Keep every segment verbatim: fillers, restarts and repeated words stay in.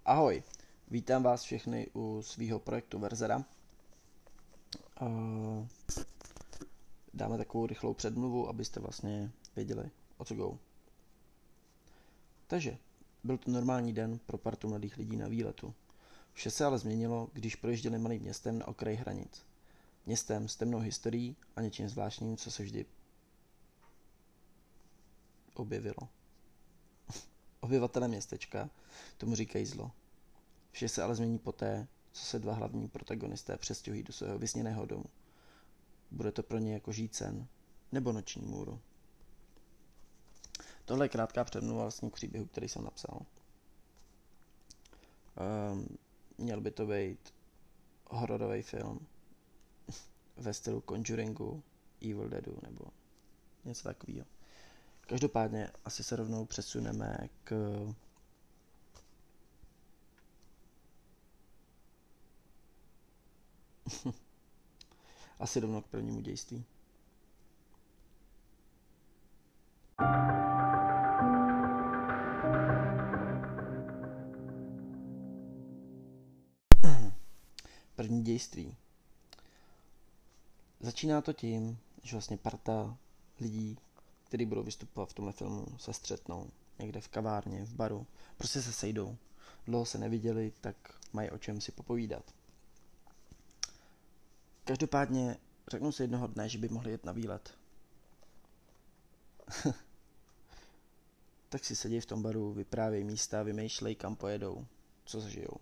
Ahoj, vítám vás všechny u svého projektu Verzera. Dáme takovou rychlou předmluvu, abyste vlastně věděli, o co go. Takže, byl to normální den pro partu mladých lidí na výletu. Vše se ale změnilo, když projížděli malým městem na okraji hranic. Městem s temnou historií a něčím zvláštním, co se vždy objevilo. Obyvatele městečka tomu říkají zlo. Vše se ale změní poté, co se dva hlavní protagonisté přestěhují do svého vysněného domu. Bude to pro ně jako žícen nebo noční můru. Tohle je krátká předmluva vlastně k příběhu, který jsem napsal. Um, měl by to být hororový film ve stylu Conjuringu, Evil Deadu nebo něco takového. Každopádně asi se rovnou přesuneme k asi rovnou k prvnímu dějství. První dějství. Začíná to tím, že vlastně parta lidí, kteří budou vystupovat v tomhle filmu, se střetnou někde v kavárně, v baru. Prostě se sejdou. Dlouho se neviděli, tak mají o čem si popovídat. Každopádně řeknou si jednoho dne, že by mohli jet na výlet. Tak si sedí v tom baru, vyprávějí místa, vymýšlejí, kam pojedou, co zažijou.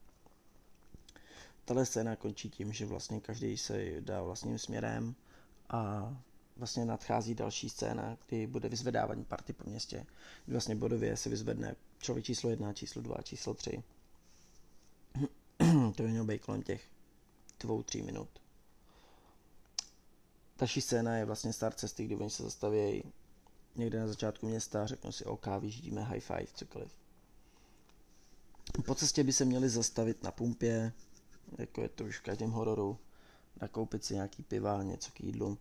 Tahle scéna končí tím, že vlastně každý se dá vlastním směrem a vlastně nadchází další scéna, kdy bude vyzvedávání party po městě. Kdy vlastně bodově se vyzvedne člověk číslo jedna, číslo dva, číslo tři. To by mělo být kolem těch dvou, tří minut. Další scéna je vlastně start cesty, kdy oni se zastaví někde na začátku města, řeknou si OK, vyždíme high five, cokoliv. Po cestě by se měli zastavit na pumpě, jako je to už v každém hororu, nakoupit si nějaký piva, něco k jídlu.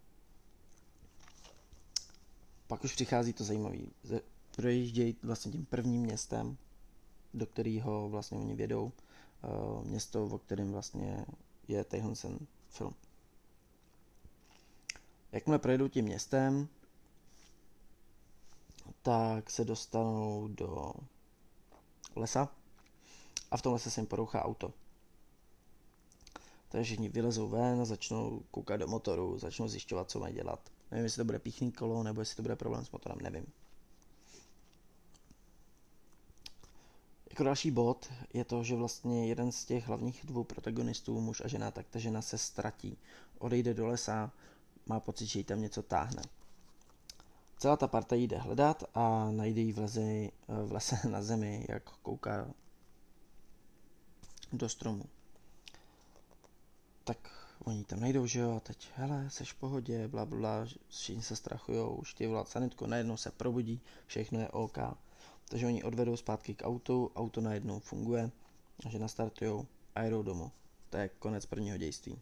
Pak už přichází to zajímavé. Projíždějí vlastně tím prvním městem, do kterého vlastně oni vědou. Město, o kterém vlastně je tenhle film. Jakmile projedou tím městem, tak se dostanou do lesa a v tom lese se jim porouchá auto. Takže všichni vylezou ven a začnou koukat do motoru, začnou zjišťovat, co mají dělat. Nevím, jestli to bude píchný kolo, nebo jestli to bude problém s motorem, nevím. Jako další bod je to, že vlastně jeden z těch hlavních dvou protagonistů, muž a žena, tak ta žena se ztratí. Odejde do lesa, má pocit, že jí tam něco táhne. Celá ta parta jde hledat a najde jí v lese, v lese na zemi, jak kouká do stromu. Tak oni tam najdou, že jo, a teď, hele, seš v pohodě, bla, bla, všichni se strachujou, už ti volat sanitku, najednou se probudí, všechno je OK. Takže oni odvedou zpátky k autu, auto najednou funguje, že nastartujou a jedou domů. To je konec prvního dějství.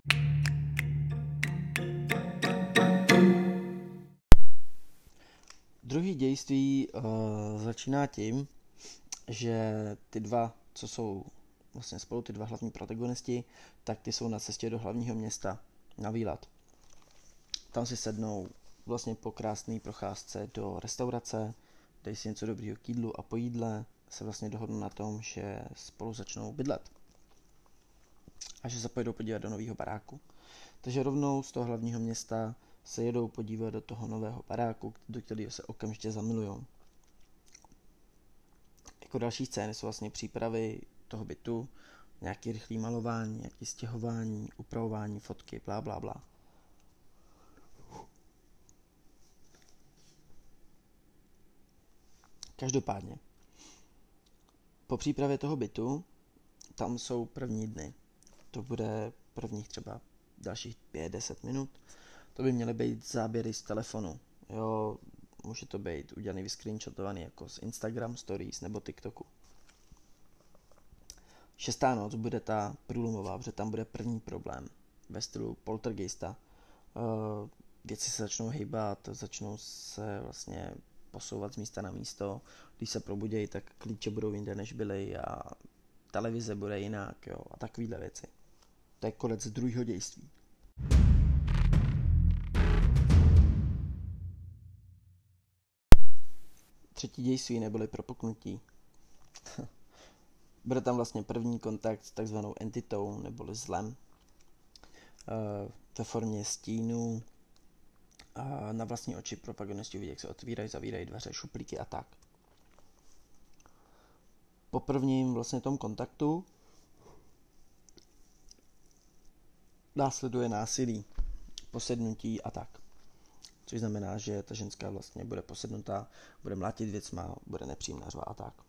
Druhý dějství uh, začíná tím, že ty dva, co jsou vlastně spolu, ty dva hlavní protagonisti, tak ty jsou na cestě do hlavního města na výlet. Tam si sednou vlastně po krásné procházce do restaurace, dají si něco dobrýho k jídlu a po jídle se vlastně dohodnou na tom, že spolu začnou bydlet. A že se pojedou podívat do nového baráku. Takže rovnou z toho hlavního města se jedou podívat do toho nového baráku, do kterého se okamžitě zamilujou. Jako další scény jsou vlastně přípravy toho bytu, nějaké rychlé malování, nějaké stěhování, upravování fotky, blá, blá, blá. Každopádně, po přípravě toho bytu, tam jsou první dny. To bude prvních třeba dalších pět deset minut. To by měly být záběry z telefonu. Jo, může to být udělaný, vyscreenshotovaný jako z Instagram Stories nebo TikToku. Šestá noc bude ta průlomová, protože tam bude první problém ve stylu poltergeista. Věci se začnou hýbat, začnou se vlastně posouvat z místa na místo. Když se probudějí, tak klíče budou jinde, než byly a televize bude jinak, jo, a takovýhle věci. To je konec druhého dějství. Třetí dějství neboli propuknutí. Bude tam vlastně první kontakt s takzvanou entitou neboli zlem ve formě stínů a na vlastní oči protagonisti uvidí, jak se otvírají, zavírají dveře, šuplíky a tak. Po prvním vlastně tom kontaktu následuje násilí, posednutí a tak. Což znamená, že ta ženská vlastně bude posednutá, bude mlátit věcma, bude nepříjemná řva a tak.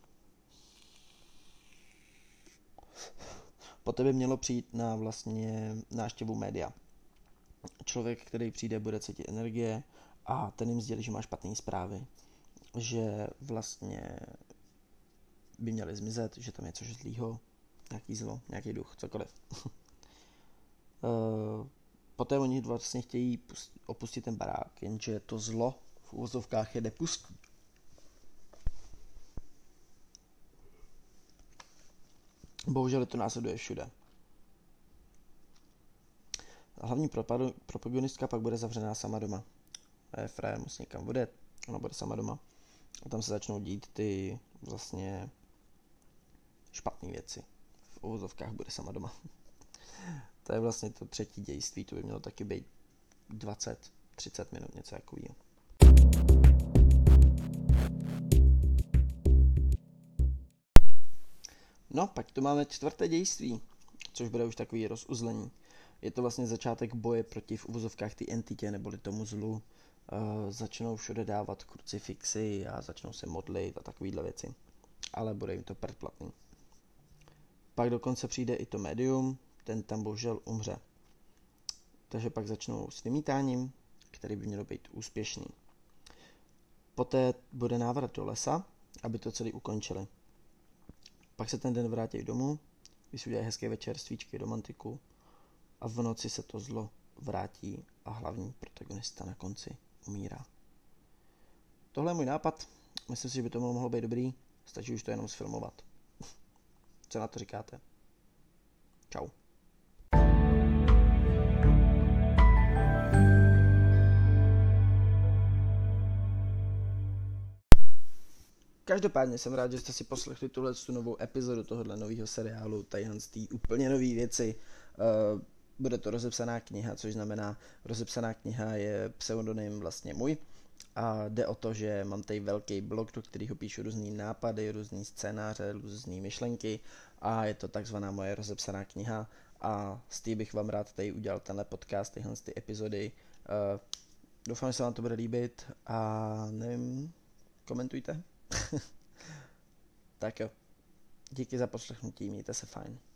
Poté by mělo přijít na vlastně návštěvu média. Člověk, který přijde, bude cítit energie a ten jim sdělí, že má špatné zprávy. Že vlastně by měli zmizet, že tam je něco zlýho, nějaký zlo, nějaký duch, cokoliv. Poté oni vlastně chtějí opustit ten barák, jenže to zlo v uvozovkách je nepustí. Bohužel to následuje všude. Hlavní protagonistka pak bude zavřená sama doma. Frajer musí někam odjet, ona bude sama doma. A tam se začnou dít ty vlastně špatné věci. V uvozovkách bude sama doma. To je vlastně to třetí dějství, to by mělo taky být dvacet třicet minut, něco takového. No, pak tu máme čtvrté dějství, což bude už takový rozuzlení. Je to vlastně začátek boje proti v uvozovkách té entitě, neboli tomu zlu. Uh, začnou všude dávat krucifixy a začnou se modlit a takovýhle věci. Ale bude jim to předplatný. Pak dokonce přijde i to médium, ten tam bohužel umře. Takže pak začnou s vymítáním, který by mělo být úspěšný. Poté bude návrat do lesa, aby to celé ukončili. Pak se ten den vrátí domů, když udělají hezký večer, svíčky, romantiku a v noci se to zlo vrátí a hlavní protagonista na konci umírá. Tohle je můj nápad, myslím si, že by to mohlo být dobrý, stačí už to jenom sfilmovat. Co na to říkáte? Čau. Každopádně jsem rád, že jste si poslechli tuhle novou epizodu tohohle nového seriálu, tadyhle z té úplně nové věci. Uh, bude to rozepsaná kniha, což znamená, rozepsaná kniha je pseudonym vlastně můj a jde o to, že mám tady velký blog, do kterého píšu různý nápady, různý scénáře, různý myšlenky a je to takzvaná moje rozepsaná kniha a z té bych vám rád tady udělal tenhle podcast, tyhle ty epizody. Uh, doufám, že se vám to bude líbit a nevím, komentujte. Tak jo, díky za poslechnutí, mějte se fajn.